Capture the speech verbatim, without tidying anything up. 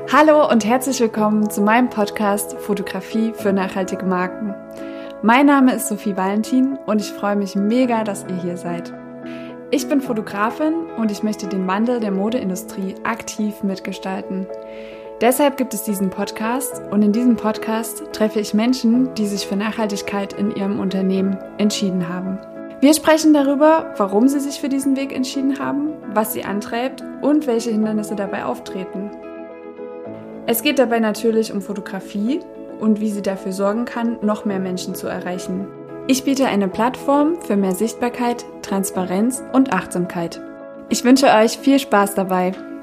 Hallo und herzlich willkommen zu meinem Podcast Fotografie für nachhaltige Marken. Mein Name ist Sophie Valentin und ich freue mich mega, dass ihr hier seid. Ich bin Fotografin und ich möchte den Wandel der Modeindustrie aktiv mitgestalten. Deshalb gibt es diesen Podcast und in diesem Podcast treffe ich Menschen, die sich für Nachhaltigkeit in ihrem Unternehmen entschieden haben. Wir sprechen darüber, warum sie sich für diesen Weg entschieden haben, was sie antreibt und welche Hindernisse dabei auftreten. Es geht dabei natürlich um Fotografie und wie sie dafür sorgen kann, noch mehr Menschen zu erreichen. Ich biete eine Plattform für mehr Sichtbarkeit, Transparenz und Achtsamkeit. Ich wünsche euch viel Spaß dabei.